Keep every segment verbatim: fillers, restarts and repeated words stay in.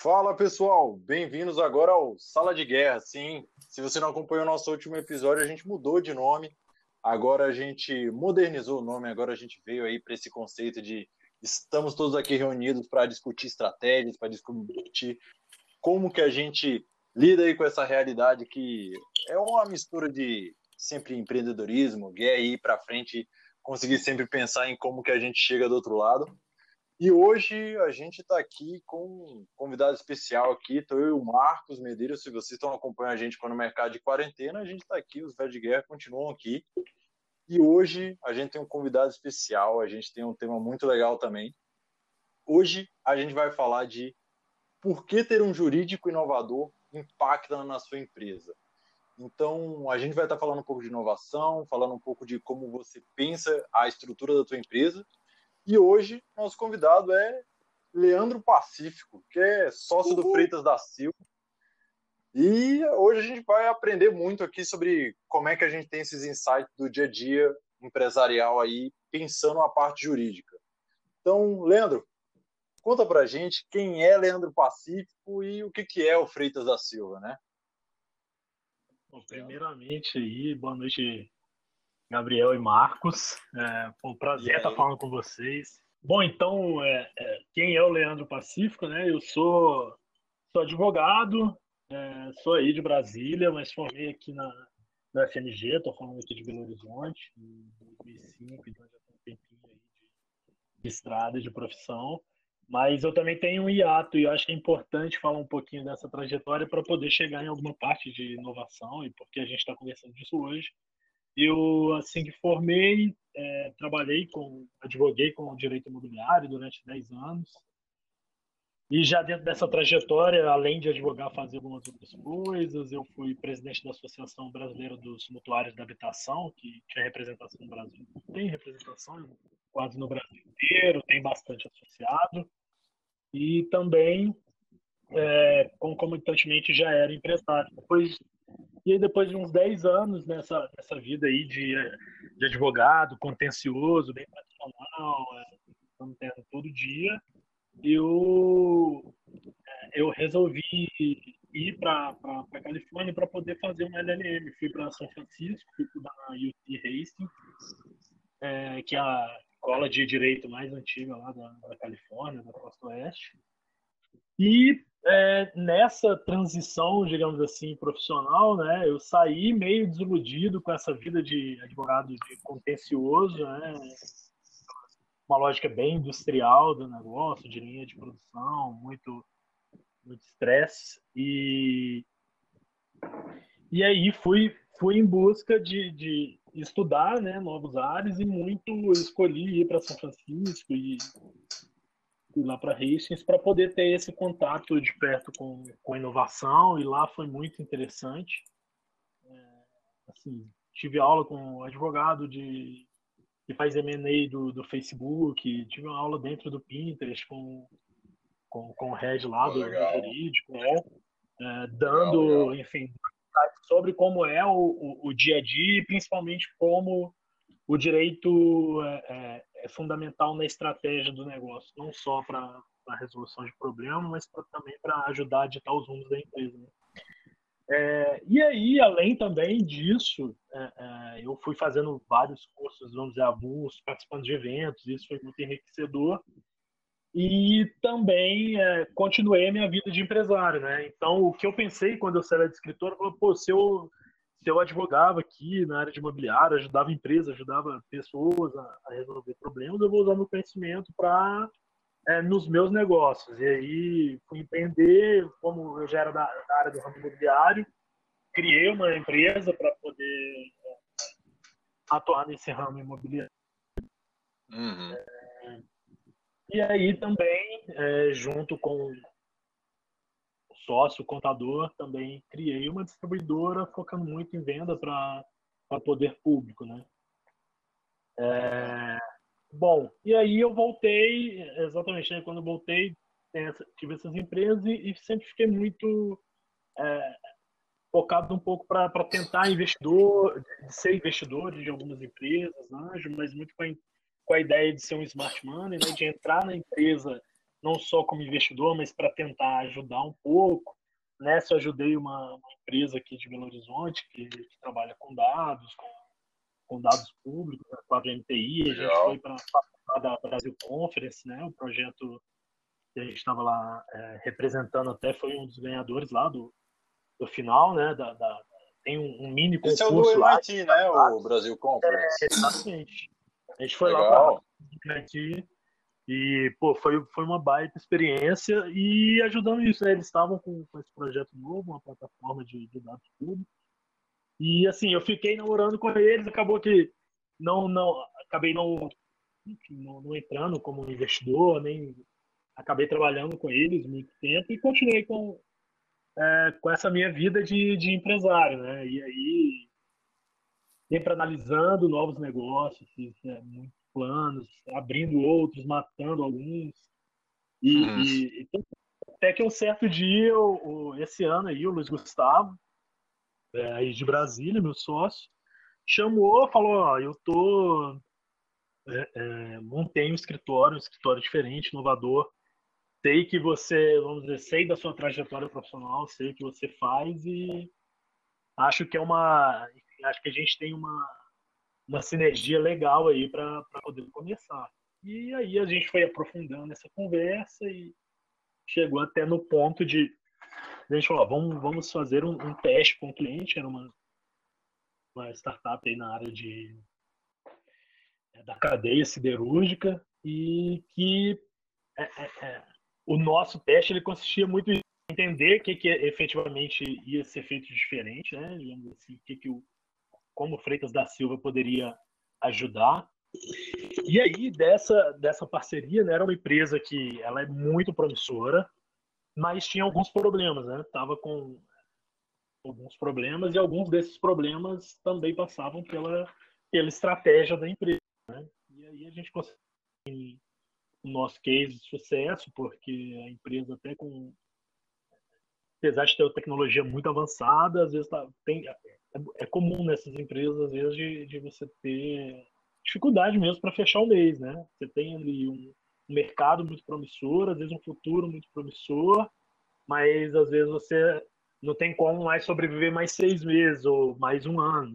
Fala pessoal, bem-vindos agora ao Sala de Guerra. Sim, se você não acompanhou o nosso último episódio, a gente mudou de nome, agora a gente modernizou o nome, agora a gente veio aí para esse conceito de estamos todos aqui reunidos para discutir estratégias, para discutir como que a gente lida aí com essa realidade que é uma mistura de sempre empreendedorismo, guerra e ir para frente, conseguir sempre pensar em como que a gente chega do outro lado. E hoje a gente está aqui com um convidado especial aqui, estou eu e o Marcos Medeiros. Se vocês estão acompanhando a gente no mercado de quarentena, a gente está aqui, os velhos de guerra continuam aqui. E hoje a gente tem um convidado especial, a gente tem um tema muito legal também. Hoje a gente vai falar de por que ter um jurídico inovador impacta na sua empresa. Então, a gente vai estar falando um pouco de inovação, falando um pouco de como você pensa a estrutura da tua empresa. E hoje, nosso convidado é Leandro Pacífico, que é sócio do Freitas da Silva. E hoje a gente vai aprender muito aqui sobre como é que a gente tem esses insights do dia a dia empresarial aí, pensando a parte jurídica. Então, Leandro, conta pra gente quem é Leandro Pacífico e o que, que é o Freitas da Silva, né? Bom, primeiramente aí, boa noite, Gabriel e Marcos. É um prazer estar falando com vocês. Bom, então, é, é, quem é o Leandro Pacífico, né? Eu sou, sou advogado, é, sou aí de Brasília, mas formei aqui na, na F M G, estou falando aqui de Belo Horizonte, em dois mil e cinco, então já tem um tempinho aí de, de estrada, de profissão. Mas eu também tenho um hiato e eu acho que é importante falar um pouquinho dessa trajetória para poder chegar em alguma parte de inovação, e porque a gente está conversando disso hoje. Eu, assim que formei, é, trabalhei com, advoguei com o direito imobiliário durante dez anos. E já dentro dessa trajetória, além de advogar, fazer algumas outras coisas, eu fui presidente da Associação Brasileira dos Mutuários da Habitação, que tinha representação no Brasil. Tem representação quase no Brasil inteiro, tem bastante associado. E também, é, concomitantemente, já era empresário. Depois E aí, depois de uns dez anos nessa, nessa vida aí de, de advogado, contencioso, bem tradicional, estamos tendo todo dia, eu, eu resolvi ir para a Califórnia para poder fazer um L L M. Fui para São Francisco, fui estudar na U T Hastings, é, que é a escola de direito mais antiga lá da, da Califórnia, da Costa Oeste. E é, nessa transição, digamos assim, profissional, né, eu saí meio desiludido com essa vida de advogado de contencioso, né, uma lógica bem industrial do negócio, de linha de produção, muito muito estresse. E, e aí fui, fui em busca de, de estudar, né, novos ares, e muito escolhi ir para São Francisco e fui lá para Hastings para poder ter esse contato de perto com, com a inovação, e lá foi muito interessante. É, assim, tive aula com um advogado de, que faz M and A do, do Facebook, tive uma aula dentro do Pinterest com, com, com o Red lá do, do jurídico, né? É, dando, legal, legal. enfim, sobre como é o, o, o dia a dia e principalmente como o direito é, é fundamental na estratégia do negócio, não só para a resolução de problemas, mas pra, também para ajudar a ditar os rumos da empresa. Né? É, e aí, além também disso, é, é, eu fui fazendo vários cursos, vamos dizer, avulsos, participando de eventos, isso foi muito enriquecedor. E também é, continuei a minha vida de empresário. Né? Então, o que eu pensei quando eu saí de escritor, eu falei, pô, se eu se eu advogava aqui na área de imobiliário, ajudava empresas, ajudava pessoas a, a resolver problemas, eu vou usar meu conhecimento para é, nos meus negócios. E aí fui empreender, como eu já era da, da área do ramo imobiliário, criei uma empresa para poder é, atuar nesse ramo imobiliário. Uhum. É, e aí também, é, junto com sócio, contador, também criei uma distribuidora focando muito em venda para poder público, né? É, bom, e aí eu voltei, exatamente, né, quando eu voltei, tive essas empresas e, e sempre fiquei muito é, focado um pouco para tentar investidor, de ser investidor de algumas empresas, anjo, mas muito com a, com a ideia de ser um smart money, né, de entrar na empresa não só como investidor, mas para tentar ajudar um pouco. Nessa, eu ajudei uma, uma empresa aqui de Belo Horizonte que, que trabalha com dados, com, com dados públicos, a quatro M T I. A gente foi para a da Brasil Conference, né? O projeto que a gente estava lá é, representando até foi um dos ganhadores lá do, do final, né? Da, da, tem um, um mini concurso Esse é o do lá. M I T, né? O Brasil Conference. É, exatamente. A gente foi Legal. lá para M I T e, pô, foi, foi uma baita experiência e ajudando isso, né? Eles estavam com, com esse projeto novo, uma plataforma de, de dados públicos. E, assim, eu fiquei namorando com eles, acabou que não, não, acabei não, não, não entrando como investidor, nem acabei trabalhando com eles muito tempo e continuei com, é, com essa minha vida de, de empresário, né? E aí, sempre analisando novos negócios, é, muitos planos, abrindo outros, matando alguns. E, Uhum. e, e até que um certo dia, o, o, esse ano aí, o Luiz Gustavo, é, aí de Brasília, meu sócio, chamou, falou, ó, eu tô é, é, montei um escritório, um escritório diferente, inovador. Sei que você, vamos dizer, sei da sua trajetória profissional, sei o que você faz e acho que é uma, enfim, acho que a gente tem uma, uma sinergia legal aí para poder começar. E aí a gente foi aprofundando essa conversa e chegou até no ponto de a gente falou, vamos, vamos fazer um, um teste com o cliente, era uma, uma startup aí na área de, da cadeia siderúrgica e que é, é, é, o nosso teste ele consistia muito em entender o que, que efetivamente ia ser feito de diferente, né? Digamos assim, que que o, como o Freitas da Silva poderia ajudar. E aí, dessa, dessa parceria, né, era uma empresa que ela é muito promissora, mas tinha alguns problemas, né? Tava com alguns problemas e alguns desses problemas também passavam pela, pela estratégia da empresa, né? E aí a gente conseguiu o nosso case de sucesso, porque a empresa até com apesar de ter uma tecnologia muito avançada, às vezes tá, tem, é, é comum nessas empresas, às vezes, de, de você ter dificuldade mesmo para fechar o mês, né? Você tem ali um, um mercado muito promissor, às vezes um futuro muito promissor, mas às vezes você não tem como mais sobreviver mais seis meses ou mais um ano.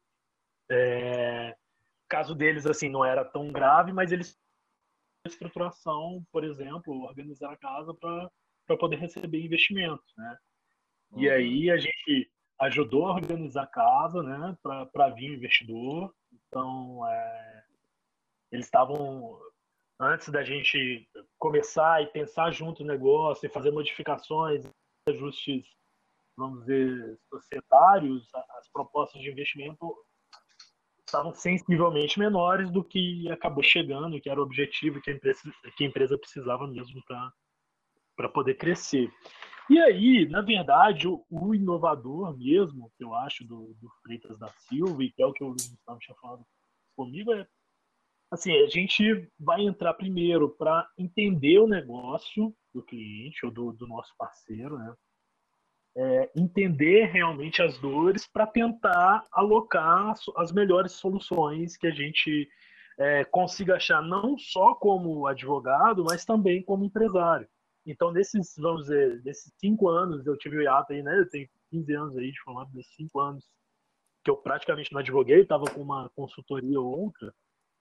É, o caso deles, assim, não era tão grave, mas eles estruturação, por exemplo, organizar a casa para poder receber investimentos, né? E Uhum. aí a gente ajudou a organizar a casa, né, para vir investidor. Então, é, eles estavam, antes da gente começar e pensar junto o negócio e fazer modificações, ajustes, vamos dizer, societários, as propostas de investimento estavam sensivelmente menores do que acabou chegando, que era o objetivo que a empresa, que a empresa precisava mesmo para poder crescer. E aí, na verdade, o, o inovador mesmo, que eu acho, do, do Freitas da Silva, e que é o que o Luiz Gustavo tinha falado comigo, é assim, a gente vai entrar primeiro para entender o negócio do cliente ou do, do nosso parceiro, né? É, entender realmente as dores para tentar alocar as melhores soluções que a gente é, consiga achar não só como advogado, mas também como empresário. Então, nesses, vamos dizer, desses cinco anos, eu tive o hiato aí, né? Eu tenho quinze anos aí de formado, desses cinco anos que eu praticamente não advoguei, estava com uma consultoria ou outra.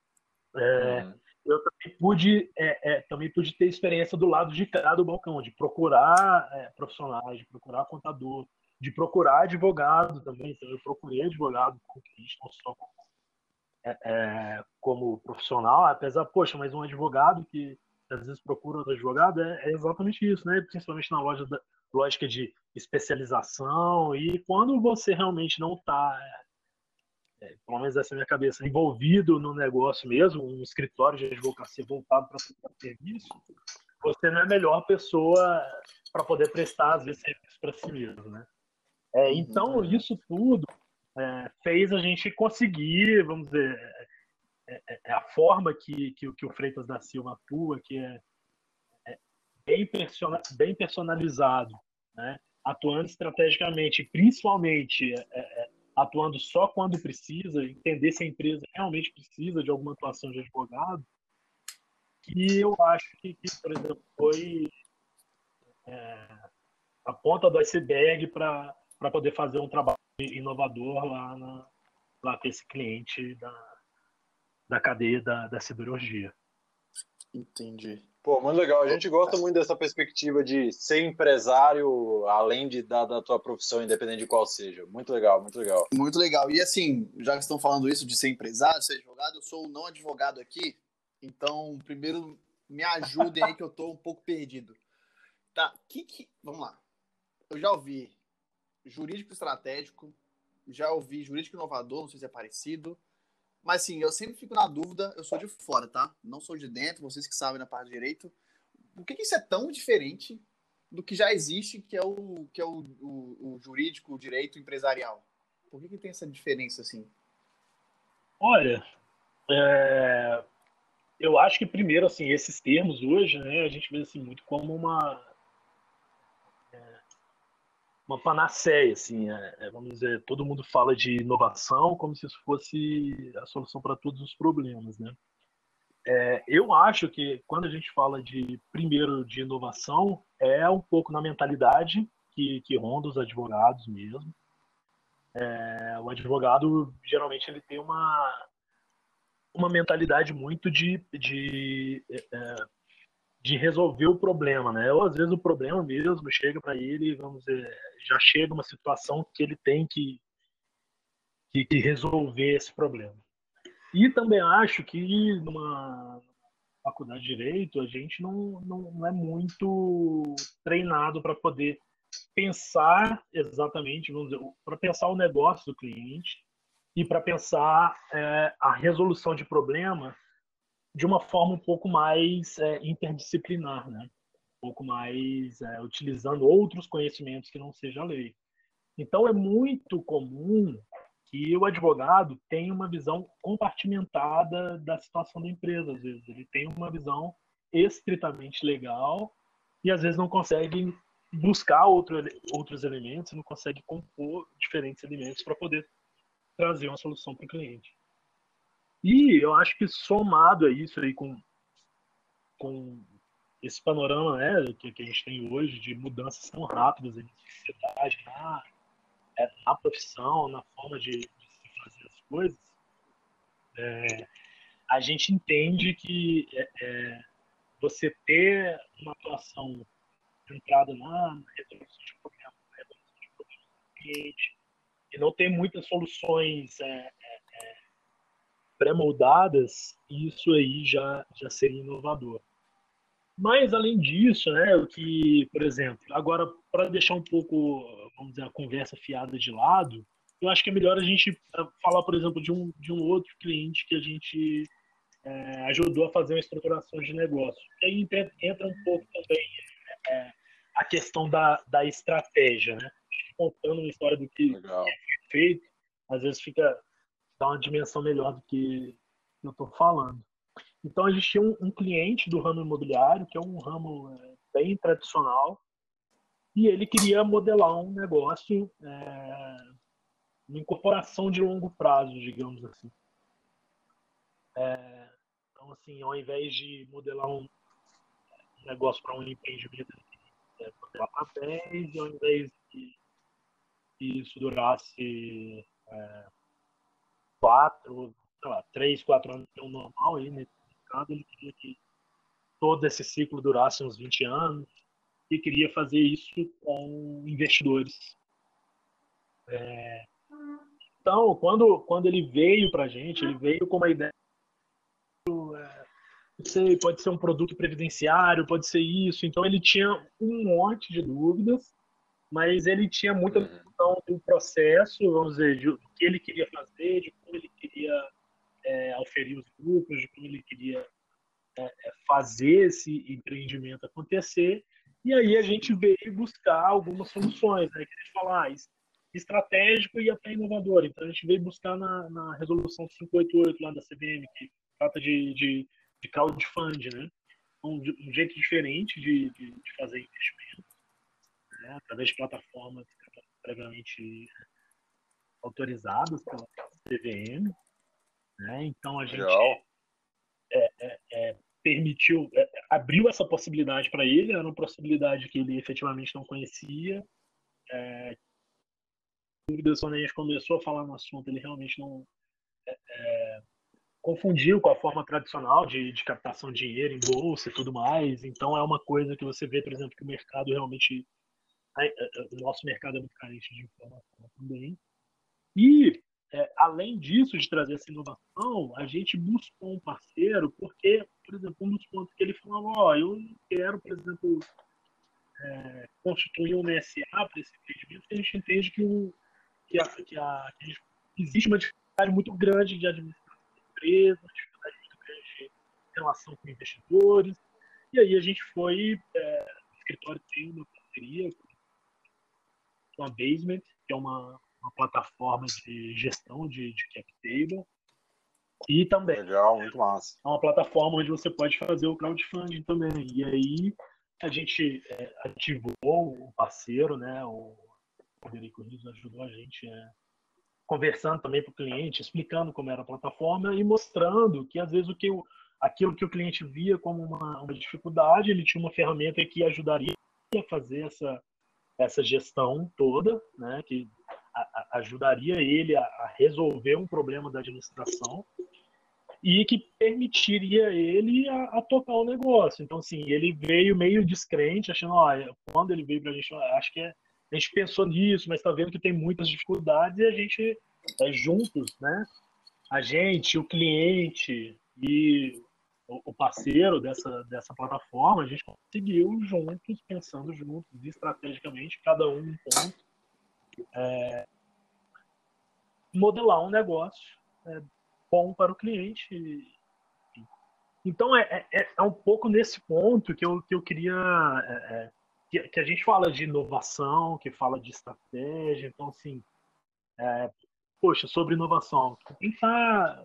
É, Uhum. eu também pude, é, é, também pude ter experiência do lado de cá do balcão, de procurar é, profissionais, de procurar contador, de procurar advogado também. Então, eu procurei advogado com cliente, não só como, é, é, como profissional, apesar, poxa, mas um advogado que às vezes procura outro advogado é, é exatamente isso, né? Principalmente na loja da, lógica de especialização e quando você realmente não está é, pelo menos essa é a minha cabeça, envolvido no negócio mesmo, um escritório de advocacia voltado para prestar serviço, você não é a melhor pessoa para poder prestar, às vezes, serviço para si mesmo, né? É, então, Uhum. isso tudo é, fez a gente conseguir, vamos dizer, é, é a forma que, que, que o Freitas da Silva atua, que é, é bem, persona, bem personalizado, né? Atuando estrategicamente, principalmente é, é, atuando só quando precisa, entender se a empresa realmente precisa de alguma atuação de advogado, que eu acho que, que por exemplo, foi é, a ponta do iceberg para poder fazer um trabalho inovador lá, na, lá com esse cliente da, da cadeia da, da siderurgia. Entendi. Pô, muito legal. A gente gosta muito dessa perspectiva de ser empresário, além de, da, da tua profissão, independente de qual seja. Muito legal, muito legal. Muito legal. E assim, já que estão falando isso de ser empresário, ser advogado, eu sou um não advogado aqui, então primeiro me ajudem aí que eu tô um pouco perdido. Tá, que que... Vamos lá. Eu já ouvi jurídico estratégico, já ouvi jurídico inovador, não sei se é parecido, mas assim, eu sempre fico na dúvida, eu sou de fora, tá? Não sou de dentro, vocês que sabem na parte de direito. Por que, que isso é tão diferente do que já existe, que é o, que é o, o, o jurídico, o direito empresarial? Por que, que tem essa diferença assim? Olha, é, eu acho que primeiro, assim, esses termos hoje, né, a gente vê assim, muito como uma, uma panaceia, assim, é, é, vamos dizer, todo mundo fala de inovação como se isso fosse a solução para todos os problemas, né? É, eu acho que quando a gente fala de, primeiro, de inovação, é um pouco na mentalidade que, que ronda os advogados mesmo. É, o advogado, geralmente, ele tem uma, uma mentalidade muito de, de, de resolver o problema, né? Ou às vezes o problema mesmo chega para ele, vamos dizer, já chega uma situação que ele tem que, que, que resolver esse problema. E também acho que numa faculdade de Direito a gente não, não, não é muito treinado para poder pensar exatamente, vamos dizer, para pensar o negócio do cliente e para pensar é, a resolução de problema de uma forma um pouco mais é, interdisciplinar, né? Um pouco mais é, utilizando outros conhecimentos que não seja a lei. Então é muito comum que o advogado tenha uma visão compartimentada da situação da empresa. Às vezes ele tem uma visão estritamente legal e às vezes não consegue buscar outro, outros elementos, não consegue compor diferentes elementos para poder trazer uma solução para o cliente. E eu acho que somado a isso aí com, com esse panorama, né, que, que a gente tem hoje de mudanças tão rápidas na sociedade, na, na profissão, na forma de, de se fazer as coisas, é, a gente entende que é, é, você ter uma atuação centrada na resolução de problemas, na resolução de problemas do cliente, e não ter muitas soluções é, é, pré-moldadas, isso aí já, já seria inovador. Mas, além disso, né, o que, por exemplo, agora, para deixar um pouco, vamos dizer, a conversa fiada de lado, eu acho que é melhor a gente falar, por exemplo, de um, de um outro cliente que a gente é, ajudou a fazer uma estruturação de negócio. E aí entra, entra um pouco também é, a questão da, da estratégia, né? Contando uma história do que Legal. é feito, às vezes fica dá uma dimensão melhor do que eu estou falando. Então, a gente tinha um, um cliente do ramo imobiliário, que é um ramo é, bem tradicional, e ele queria modelar um negócio, é, uma incorporação de longo prazo, digamos assim. É, então, assim, ao invés de modelar um negócio para um empreendimento, é, modelar papéis, e ao invés de que isso durasse é, quatro, sei lá, três, quatro anos, que é o normal aí nesse mercado, ele queria que todo esse ciclo durasse uns vinte anos e queria fazer isso com investidores. É, então, quando, quando ele veio para a gente, ele veio com uma ideia, é, não sei, pode ser um produto previdenciário, pode ser isso. Então, ele tinha um monte de dúvidas, mas ele tinha muita noção do processo, vamos dizer, de, do que ele queria fazer, de como ele queria é, oferir os grupos, de como ele queria é, fazer esse empreendimento acontecer. E aí a gente veio buscar algumas soluções, né? Que a gente fala, ah, estratégico e até inovador. Então a gente veio buscar na, na resolução quinhentos e oitenta e oito lá da C V M, que trata de, de, de crowdfunding, né? Um, um jeito diferente de, de, de fazer investimento, né? Através de plataformas previamente autorizadas pela C V M, né? Então a gente Legal. é, é, é, permitiu, é, abriu essa possibilidade para ele, era uma possibilidade que ele efetivamente não conhecia. É, dúvidas, quando a gente começou a falar no assunto, ele realmente não confundiu com a forma tradicional de, de captação de dinheiro em bolsa e tudo mais. Então é uma coisa que você vê, por exemplo, que o mercado realmente, o nosso mercado é muito carente de informação também. E é, além disso, de trazer essa inovação, a gente buscou um parceiro, porque, por exemplo, um dos pontos que ele falava, ó, eu quero, por exemplo, é, constituir um S A para esse empreendimento, porque a gente entende que, o, que, a, que, a, que a gente, existe uma dificuldade muito grande de administração da empresa, uma dificuldade muito grande de relação com investidores. E aí a gente foi, é, o escritório tem uma parceria com a Basement, que é uma, uma plataforma de gestão de, de cap table. E também Legal, muito massa. é uma plataforma onde você pode fazer o crowdfunding também. E aí a gente é, ativou o parceiro, né? O Frederico Rios ajudou a gente é, conversando também com o cliente, explicando como era a plataforma e mostrando que às vezes o que o, aquilo que o cliente via como uma, uma dificuldade, ele tinha uma ferramenta que ajudaria a fazer essa, essa gestão toda, né? Que a, a, ajudaria ele a, a resolver um problema da administração e que permitiria ele a, a tocar o negócio. Então, assim, ele veio meio descrente, achando, ó, quando ele veio pra gente, ó, acho que é, a gente pensou nisso, mas tá vendo que tem muitas dificuldades e a gente, é, juntos, né, a gente, o cliente e o, o parceiro dessa, dessa plataforma, a gente conseguiu juntos, pensando juntos, estrategicamente, cada um um ponto, é, modelar um negócio é, bom para o cliente. Então, é, é, é um pouco nesse ponto que eu, que eu queria... É, é, que, que a gente fala de inovação, que fala de estratégia. Então, assim, é, poxa, sobre inovação, tem que estar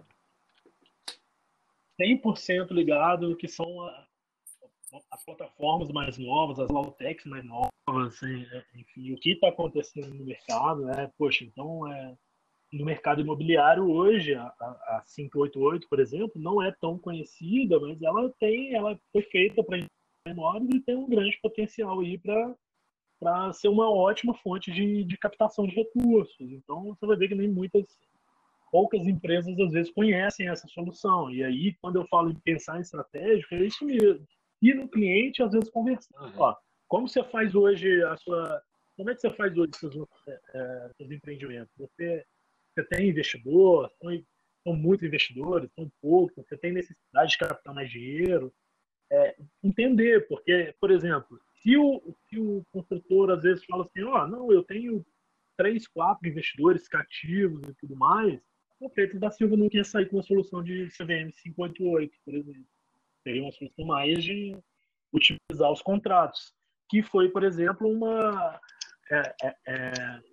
cem por cento ligado no que são a, as plataformas mais novas, as Lautechs mais novas, enfim, o que está acontecendo no mercado, né? Poxa, então, é, no mercado imobiliário hoje, a, a quinhentos e oitenta e oito, por exemplo, não é tão conhecida, mas ela tem, ela foi feita para menores e tem um grande potencial aí para para ser uma ótima fonte de, de captação de recursos. Então, você vai ver que nem muitas, poucas empresas às vezes conhecem essa solução. E aí, quando eu falo em pensar em estratégico, é isso mesmo. E no cliente, às vezes, conversar. Uhum. Ó, como você faz hoje a sua... Como é que você faz hoje os seus, é, seus empreendimentos? Você Você tem investidor, são, são muitos investidores, são poucos, você tem necessidade de captar mais dinheiro. É, entender, porque, por exemplo, se o, se o construtor às vezes fala assim, ó, oh, não, eu tenho três, quatro investidores cativos e tudo mais, o Pedro da Silva não quer sair com uma solução de C V M quinhentos e oitenta e oito, por exemplo. Seria uma solução mais de utilizar os contratos, que foi, por exemplo, uma... É, é, é,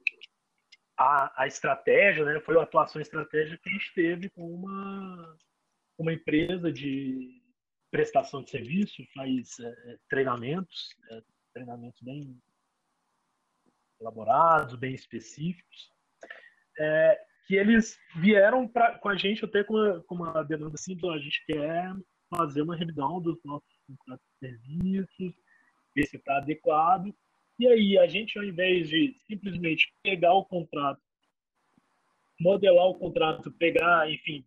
A, a estratégia, né, foi a atuação estratégica que a gente teve com uma, uma empresa de prestação de serviço, faz é, treinamentos, é, treinamentos bem elaborados, bem específicos, é, que eles vieram pra, com a gente até com uma, com uma demanda simples, a gente quer fazer uma revisão dos nossos contratos de serviços, ver se está adequado, e aí a gente, ao invés de simplesmente pegar o contrato, modelar o contrato, pegar, enfim,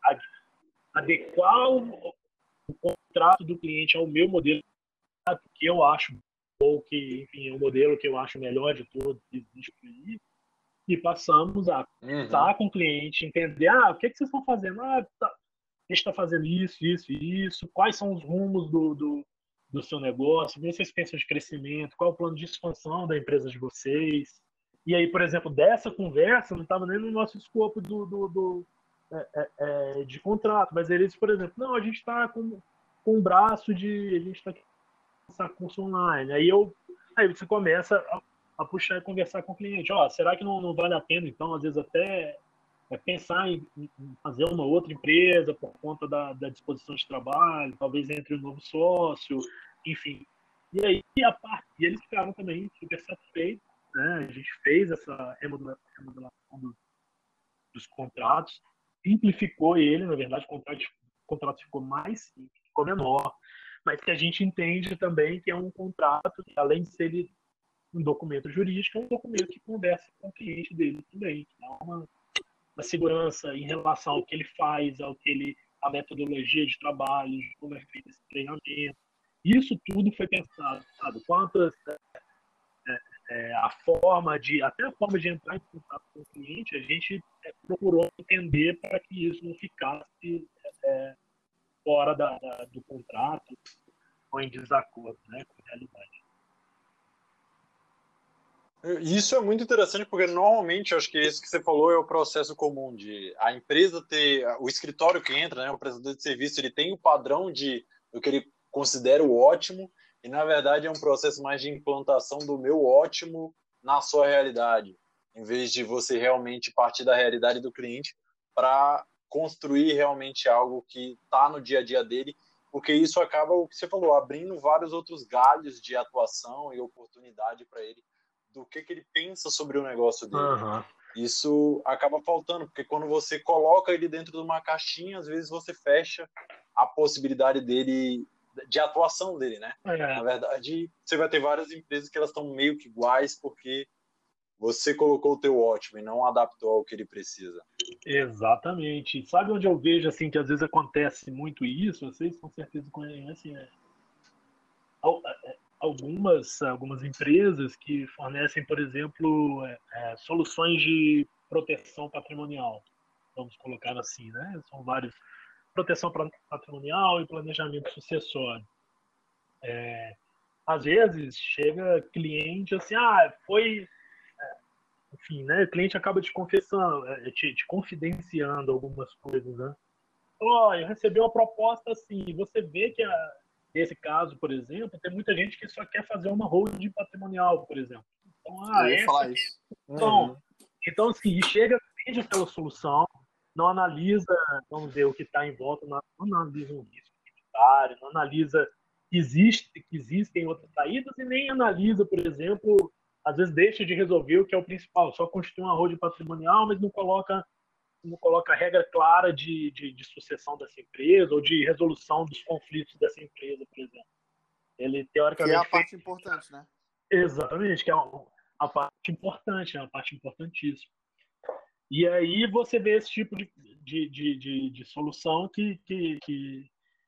adequar o, o contrato do cliente ao meu modelo, que eu acho, ou que, enfim, é o modelo que eu acho melhor de todos que existe por aí, e passamos a estar uhum. com o cliente, entender, ah, o que, é que vocês estão fazendo? Ah, tá, a gente está fazendo isso, isso e isso, quais são os rumos do, do, do seu negócio, o que vocês pensam de crescimento, qual é o plano de expansão da empresa de vocês. E aí, por exemplo, dessa conversa não estava nem no nosso escopo do, do, do é, é, de contrato, mas eles, por exemplo, não, a gente está com, com um braço de, a gente está com curso online. Aí eu, aí você começa a, a puxar e conversar com o cliente. Ó, será que não, não vale a pena, então, às vezes até é, pensar em, em fazer uma outra empresa por conta da, da disposição de trabalho, talvez entre um novo sócio, enfim. E aí a parte, e eles ficaram também super satisfeitos. Né? A gente fez essa remodelação, remodelação dos, dos contratos, simplificou ele, na verdade, o contrato, o contrato ficou mais simples, for menor, mas que a gente entende também que é um contrato que, além de ser um documento jurídico, é um documento que conversa com o cliente dele também, que dá uma, uma segurança em relação ao que ele faz, ao que ele, a metodologia de trabalho, de como é feito esse treinamento. Isso tudo foi pensado, sabe? Quantas é, a forma de, até a forma de entrar em contato com o cliente, a gente é, procurou entender para que isso não ficasse é, fora da, da, do contrato ou em desacordo, né, com a realidade. Isso é muito interessante porque normalmente acho que isso que você falou é o processo comum de a empresa ter, o escritório que entra, né, o prestador de serviço, ele tem o padrão de do que ele considera o ótimo e na verdade é um processo mais de implantação do meu ótimo na sua realidade, em vez de você realmente partir da realidade do cliente para construir realmente algo que está no dia a dia dele, porque isso acaba, o que você falou, abrindo vários outros galhos de atuação e oportunidade para ele do que, que ele pensa sobre o negócio dele. Uhum. Isso acaba faltando, porque quando você coloca ele dentro de uma caixinha, às vezes você fecha a possibilidade dele, de atuação dele, né? É. Na verdade, você vai ter várias empresas que elas estão meio que iguais porque você colocou o teu ótimo e não adaptou ao que ele precisa. Exatamente. Sabe onde eu vejo assim que às vezes acontece muito isso? Vocês com certeza conhecem, né? Algumas, algumas empresas que fornecem, por exemplo, é, soluções de proteção patrimonial, vamos colocar assim, né? São vários. Proteção patrimonial e planejamento sucessório. É, às vezes chega cliente assim, ah, foi... Enfim, né? O cliente acaba te confessando, te, te confidenciando algumas coisas, né? Oh, eu recebi uma proposta assim, você vê que a, nesse caso, por exemplo, tem muita gente que só quer fazer uma holding patrimonial, por exemplo. Então, ah, eu ia essa falar isso. Então, Uhum. então assim, chega, vende aquela solução, não analisa, vamos dizer, o que está em volta, não, não analisa um risco tributário, não analisa que, existe, que existem outras saídas e nem analisa, por exemplo, às vezes deixa de resolver o que é o principal, só constitui uma holding patrimonial, mas não coloca não coloca regra clara de, de, de sucessão dessa empresa ou de resolução dos conflitos dessa empresa, por exemplo. Ele, teoricamente... Que é a parte fez... importante, né? Exatamente, que é a, a parte importante, é uma parte importantíssima. E aí você vê esse tipo de, de, de, de, de solução que, que, que,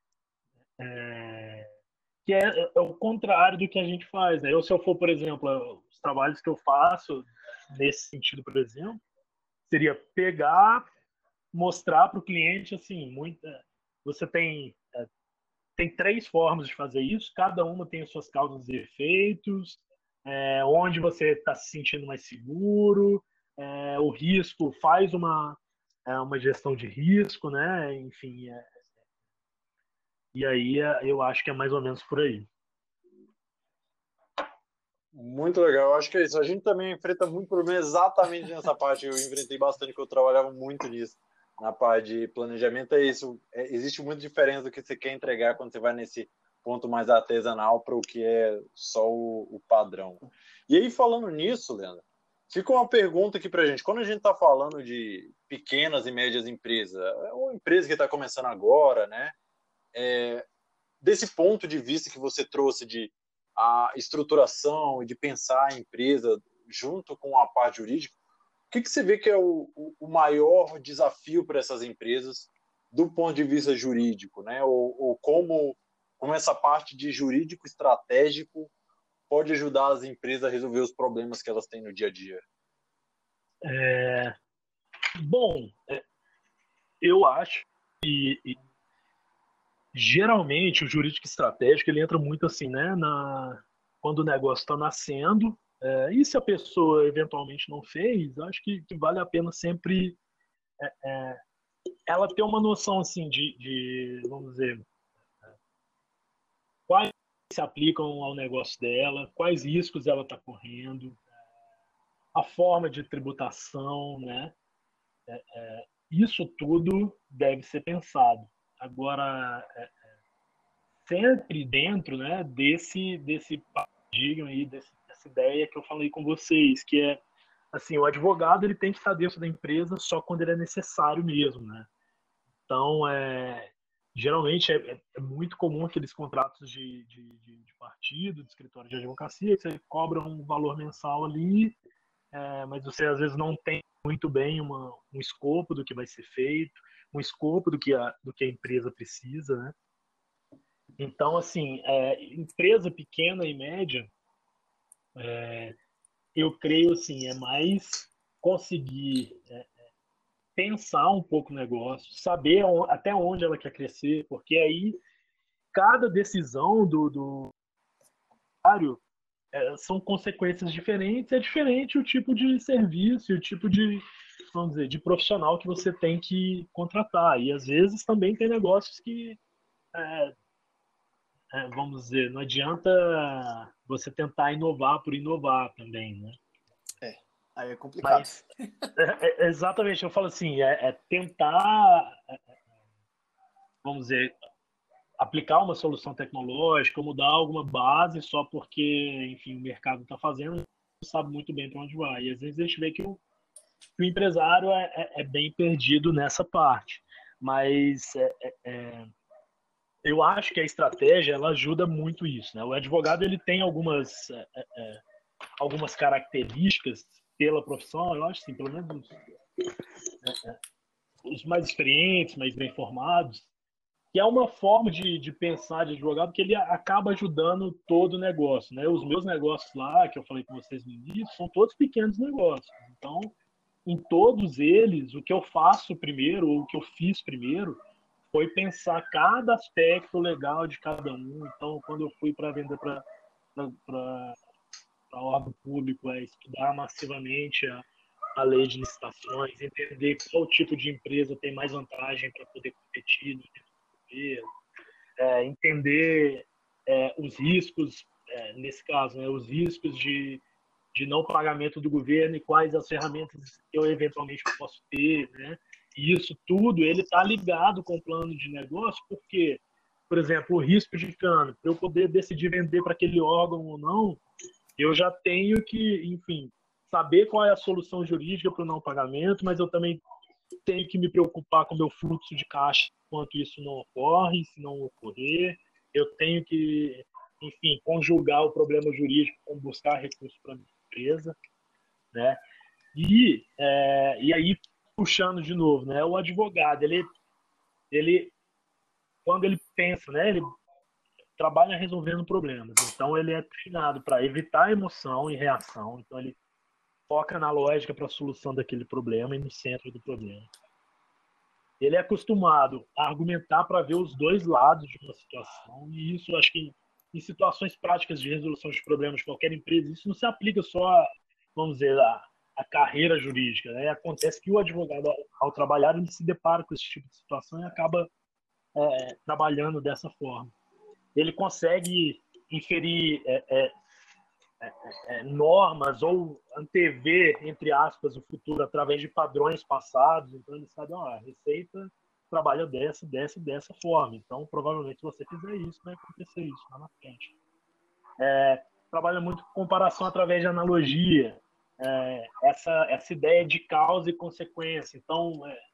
é, que é, é o contrário do que a gente faz. Né? Eu, se eu for, por exemplo, os trabalhos que eu faço, nesse sentido, por exemplo, seria pegar, mostrar para o cliente, assim, muita, você tem, é, tem três formas de fazer isso, cada uma tem as suas causas e efeitos, é, onde você está se sentindo mais seguro, é, o risco, faz uma, é, uma gestão de risco, né? Enfim, é, e aí é, eu acho que é mais ou menos por aí. Muito legal, eu acho que é isso. A gente também enfrenta muito problema exatamente nessa parte. Eu enfrentei bastante, que eu trabalhava muito nisso. Na parte de planejamento é isso. É, existe muita diferença do que você quer entregar quando você vai nesse ponto mais artesanal para o que é só o, o padrão. E aí, falando nisso, Leandro, fica uma pergunta aqui para a gente. Quando a gente está falando de pequenas e médias empresas, ou empresa que está começando agora, né? É, desse ponto de vista que você trouxe de a estruturação e de pensar a empresa junto com a parte jurídica, o que, que você vê que é o, o maior desafio para essas empresas do ponto de vista jurídico, né? Ou, ou como, como essa parte de jurídico estratégico pode ajudar as empresas a resolver os problemas que elas têm no dia a dia? É, bom, eu acho que geralmente o jurídico estratégico ele entra muito assim, né, na, quando o negócio está nascendo, é, e se a pessoa eventualmente não fez, acho que, que vale a pena sempre é, é, ela ter uma noção assim de, de, vamos dizer, quais se aplicam ao negócio dela, quais riscos ela está correndo, a forma de tributação, né? É, é, isso tudo deve ser pensado. Agora, é, sempre dentro, né, desse, desse paradigma aí, desse, dessa ideia que eu falei com vocês, que é assim, o advogado ele tem que estar dentro da empresa só quando ele é necessário mesmo, né? Então, é, geralmente é, é muito comum aqueles contratos de, de, de, de partido, de escritório de advocacia, que você cobra um valor mensal ali, é, mas você às vezes não tem muito bem uma, um escopo do que vai ser feito, um escopo do que a, do que a empresa precisa, né? Então, assim, é, empresa pequena e média, é, eu creio assim, é mais conseguir é, pensar um pouco o negócio, saber até onde ela quer crescer, porque aí cada decisão do, do usuário é, são consequências diferentes, é diferente o tipo de serviço, o tipo de, vamos dizer, de profissional que você tem que contratar. E às vezes também tem negócios que, é, é, vamos dizer, não adianta você tentar inovar por inovar também, né? É, aí é complicado. Mas, é, é, exatamente, eu falo assim, é, é tentar, vamos dizer, aplicar uma solução tecnológica, mudar alguma base só porque, enfim, o mercado está fazendo, não sabe muito bem para onde vai. E às vezes a gente vê que o, que o empresário é, é, é bem perdido nessa parte. Mas é, é, é, eu acho que a estratégia ela ajuda muito isso, né? O advogado ele tem algumas, é, é, algumas características pela profissão, eu acho assim, pelo menos é, é, os mais experientes, mais bem formados, que é uma forma de, de pensar de advogado que ele acaba ajudando todo o negócio, né? Os meus negócios lá, que eu falei com vocês no início, são todos pequenos negócios. Então, em todos eles, o que eu faço primeiro, ou o que eu fiz primeiro, foi pensar cada aspecto legal de cada um. Então, quando eu fui para vender para órgão público, é estudar massivamente a, a lei de licitações, entender qual tipo de empresa tem mais vantagem para poder competir no governo, é, entender é, os riscos, é, nesse caso, né, os riscos de, de não pagamento do governo e quais as ferramentas que eu eventualmente posso ter, né? E isso tudo ele está ligado com o plano de negócio, porque, por exemplo, o risco de cano, para eu poder decidir vender para aquele órgão ou não, eu já tenho que, enfim, saber qual é a solução jurídica para o não pagamento, mas eu também tenho que me preocupar com o meu fluxo de caixa enquanto isso não ocorre, se não ocorrer. Eu tenho que, enfim, conjugar o problema jurídico com buscar recursos para a minha empresa, né? E, é, e aí, puxando de novo, né? O advogado, ele, ele quando ele pensa, né? Ele trabalha resolvendo problemas. Então, ele é treinado para evitar emoção e reação. Então, ele foca na lógica para a solução daquele problema e no centro do problema. Ele é acostumado a argumentar para ver os dois lados de uma situação, e isso, acho que em situações práticas de resolução de problemas de qualquer empresa, isso não se aplica só a, vamos dizer, a, a carreira jurídica, né? Acontece que o advogado, ao, ao trabalhar, ele se depara com esse tipo de situação e acaba é, trabalhando dessa forma. Ele consegue inferir é, é, é, é, normas ou antever, entre aspas, o futuro através de padrões passados. Então, ele sabe, ó, a Receita trabalha dessa, dessa e dessa forma. Então, provavelmente, se você fizer isso, vai acontecer isso lá na frente. É, trabalha muito com comparação através de analogia. É, essa, essa ideia de causa e consequência. Então, é,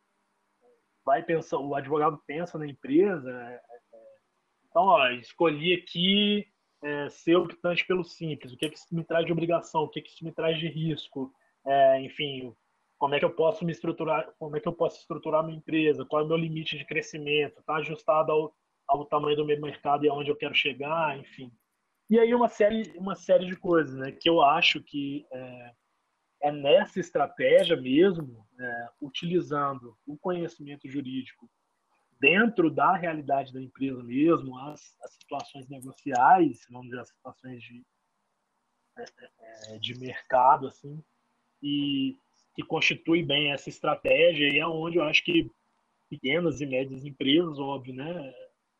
vai pensar, o advogado pensa na empresa. É, então, ó, escolhi aqui é, ser optante pelo simples. O que, é que isso me traz de obrigação? O que, é que isso me traz de risco? É, enfim, como é que eu posso me estruturar? Como é que eu posso estruturar minha empresa? Qual é o meu limite de crescimento? Está ajustado ao, ao tamanho do meu mercado e aonde eu quero chegar? Enfim. E aí uma série, uma série de coisas, né? Que eu acho que é, é nessa estratégia mesmo, é, utilizando o conhecimento jurídico dentro da realidade da empresa mesmo, as, as situações negociais, vamos dizer, as situações de, é, de mercado, assim, e que constitui bem essa estratégia, e é onde eu acho que pequenas e médias empresas, óbvio, né,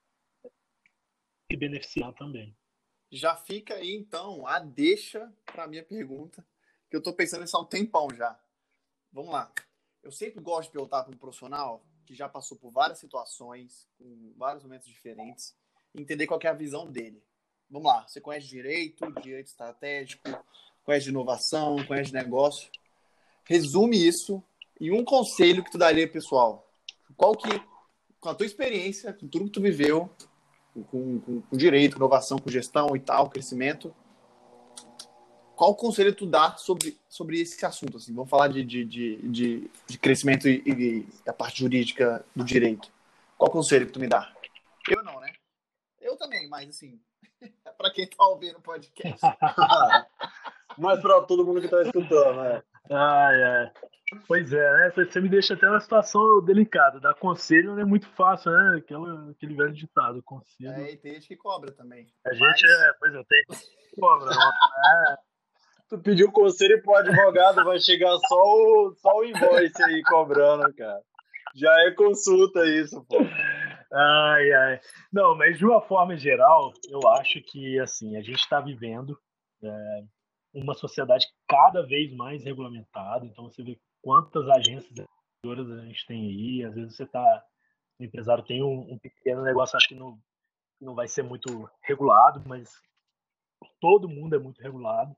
se beneficiar também. Já fica aí, então, a deixa para a minha pergunta, que eu estou pensando nisso há um tempão já. Vamos lá. Eu sempre gosto de perguntar para um profissional que já passou por várias situações, com vários momentos diferentes, e entender qual é a visão dele. Vamos lá. Você conhece direito, direito estratégico, conhece de inovação, conhece de negócio. Resume isso em um conselho que tu daria, pessoal. Qual que com a tua experiência, com tudo que tu viveu, com, com, com direito, inovação, com gestão e tal, crescimento, qual conselho tu dá sobre, sobre esse assunto? Assim? Vamos falar de, de, de, de, de crescimento e, e a parte jurídica do direito. Qual conselho que tu me dá? Eu não, né? Eu também, mas assim, para quem tá ouvindo o podcast. Mas para todo mundo que tá escutando, né? Ai, ai. Pois é, né? Você me deixa até numa situação delicada. Dar conselho não é muito fácil, né? Aquela, aquele velho ditado, conselho. É, e tem gente que cobra também. A mas... gente é, pois é, tem cobra. É. Tu pediu conselho pro advogado, vai chegar só o, só o invoice aí cobrando, cara. Já é consulta isso, pô. Ai, ai. Não, mas de uma forma geral, eu acho que, assim, a gente está vivendo é, uma sociedade cada vez mais regulamentada. Então, você vê quantas agências a gente tem aí. Às vezes você tá, o empresário tem um, um pequeno negócio, acho que não, não vai ser muito regulado, mas todo mundo é muito regulado.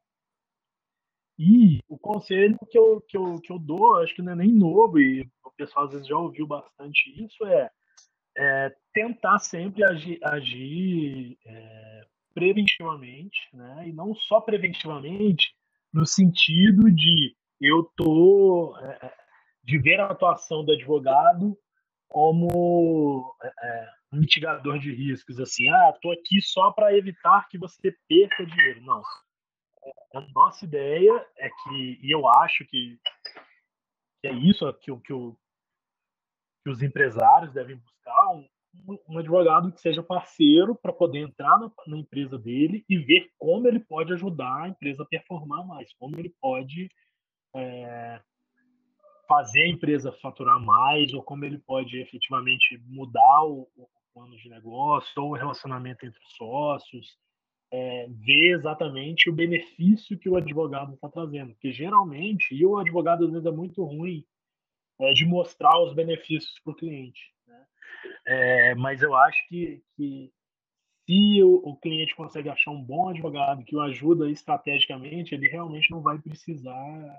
E o conselho que eu, que eu, que eu dou, acho que não é nem novo, e o pessoal às vezes já ouviu bastante isso, é, é tentar sempre agir, agir é, preventivamente, né? E não só preventivamente, no sentido de eu tô é, de ver a atuação do advogado como é, um mitigador de riscos, assim, ah, tô aqui só para evitar que você perca dinheiro. Não. A nossa ideia é que, e eu acho que, que é isso que, que, o, que os empresários devem buscar, um, um advogado que seja parceiro para poder entrar na, na empresa dele e ver como ele pode ajudar a empresa a performar mais, como ele pode é, fazer a empresa faturar mais, ou como ele pode efetivamente mudar o, o plano de negócio ou o relacionamento entre os sócios. É, ver exatamente o benefício que o advogado está trazendo. Porque geralmente, e o advogado às vezes é muito ruim é, de mostrar os benefícios para o cliente. Né? É, mas eu acho que, que se o, o cliente consegue achar um bom advogado que o ajuda estrategicamente, ele realmente não vai precisar,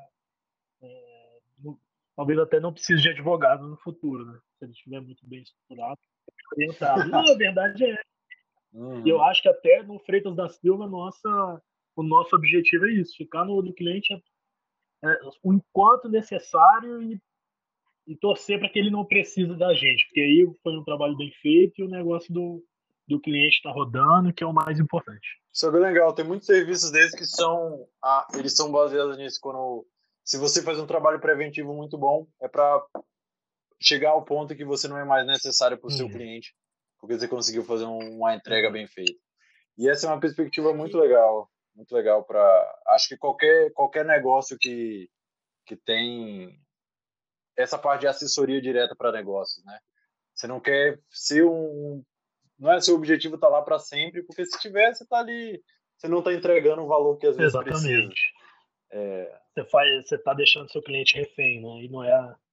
é, no, talvez até não precise de advogado no futuro, né? Se ele estiver muito bem estruturado, orientado. Não, a verdade é Uhum. E eu acho que até no Freitas da Silva, nossa, o nosso objetivo é isso, ficar no, no cliente é, o enquanto necessário e, e torcer para que ele não precise da gente, porque aí foi um trabalho bem feito e o negócio do, do cliente está rodando, que é o mais importante. Isso é bem legal. Tem muitos serviços desses que são, ah, eles são baseados nisso. Quando, se você faz um trabalho preventivo muito bom, é para chegar ao ponto que você não é mais necessário para o hum. seu cliente, porque você conseguiu fazer um, uma entrega bem feita. E essa é uma perspectiva muito legal, muito legal para, acho que qualquer qualquer negócio que que tem essa parte de assessoria direta para negócios, né? Você não quer ser um, não é seu objetivo estar tá lá para sempre, porque se tiver, você está ali, você não está entregando o valor que às vezes Exatamente. precisa. É... Você faz, você está deixando seu cliente refém, né? E não é a,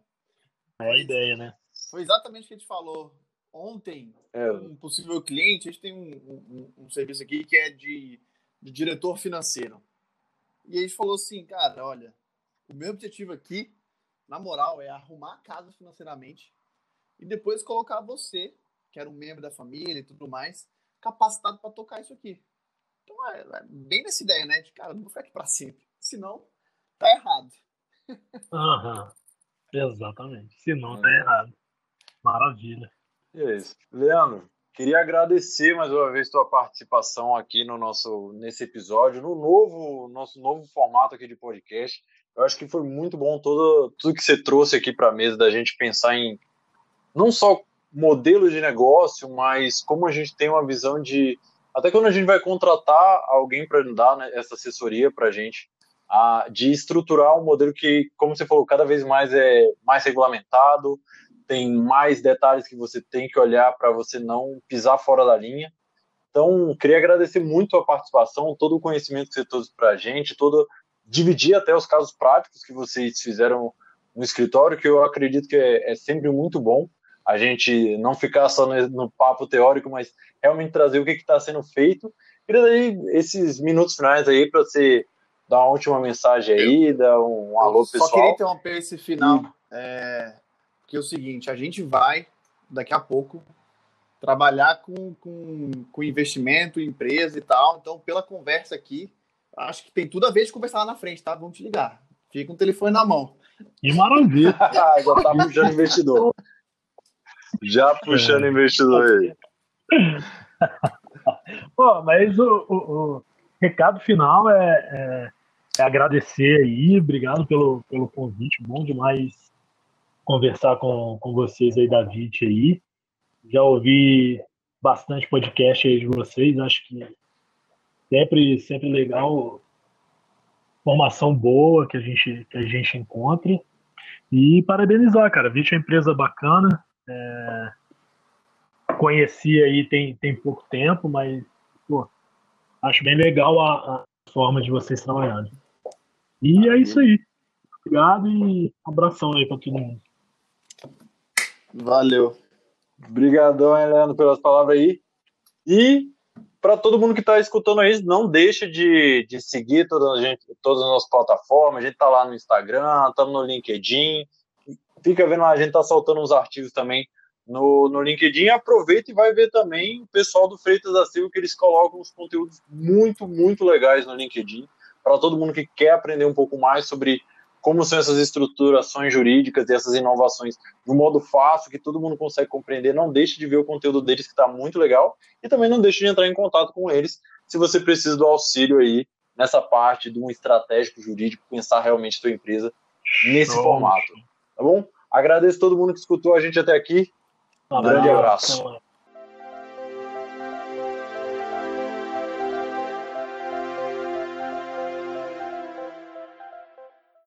é a ideia, né? Foi exatamente o que a gente falou ontem. É. Um possível cliente, a gente tem um, um, um serviço aqui que é de, de diretor financeiro. E a gente falou assim, cara, olha, o meu objetivo aqui, na moral, é arrumar a casa financeiramente e depois colocar você, que era um membro da família e tudo mais, capacitado para tocar isso aqui. Então é, é bem nessa ideia, né? De, cara, não vou ficar aqui para sempre. Senão, tá errado. Aham, uhum. Exatamente. Senão, é. tá errado. Maravilha. E é isso. Leandro, queria agradecer mais uma vez tua participação aqui no nosso, nesse episódio, no novo, nosso novo formato aqui de podcast. Eu acho que foi muito bom todo, tudo que você trouxe aqui para a mesa, da gente pensar em não só modelo de negócio, mas como a gente tem uma visão de, até quando a gente vai contratar alguém para dar, né, essa assessoria para a gente, a, de estruturar um modelo que, como você falou, cada vez mais é mais regulamentado, tem mais detalhes que você tem que olhar para você não pisar fora da linha. Então, queria agradecer muito a participação, todo o conhecimento que você trouxe para a gente, todo, dividir até os casos práticos que vocês fizeram no escritório, que eu acredito que é, é sempre muito bom a gente não ficar só no, no papo teórico, mas realmente trazer o que está sendo feito. Queria daí esses minutos finais aí para você dar uma última mensagem aí, eu, dar um alô pessoal. Só queria interromper esse final, e... é, que é o seguinte, a gente vai daqui a pouco trabalhar com, com, com investimento, empresa e tal. Então, pela conversa aqui, acho que tem tudo a ver de conversar lá na frente, tá? Vamos te ligar. Fica com o telefone na mão. Que maravilha. Já tá puxando investidor. Já puxando É. investidor aí. Pô, mas o, o, o recado final é, é, é agradecer aí, obrigado pelo, pelo convite, bom demais conversar com, com vocês aí da V I T aí. Já ouvi bastante podcast aí de vocês, acho que sempre, sempre legal, informação boa que a gente, que a gente encontre. E parabenizar, cara, a V I T é uma empresa bacana, é, conheci aí tem, tem pouco tempo, mas pô, acho bem legal a, a forma de vocês trabalharem. E é isso aí. Obrigado e abração aí para todo mundo. Valeu. Obrigadão, Heleno, pelas palavras aí. E para todo mundo que está escutando isso, não deixa de, de seguir toda a gente, todas as nossas plataformas. A gente está lá no Instagram, estamos no LinkedIn. Fica vendo lá, a gente está soltando uns artigos também no, no LinkedIn. Aproveita e vai ver também o pessoal do Freitas da Silva, que eles colocam uns conteúdos muito, muito legais no LinkedIn. Para todo mundo que quer aprender um pouco mais sobre como são essas estruturações jurídicas e essas inovações de um modo fácil, que todo mundo consegue compreender, não deixe de ver o conteúdo deles, que está muito legal, e também não deixe de entrar em contato com eles, se você precisa do auxílio aí, nessa parte de um estratégico jurídico, pensar realmente a sua empresa nesse Show. formato, tá bom? Agradeço todo mundo que escutou a gente até aqui, um grande abraço.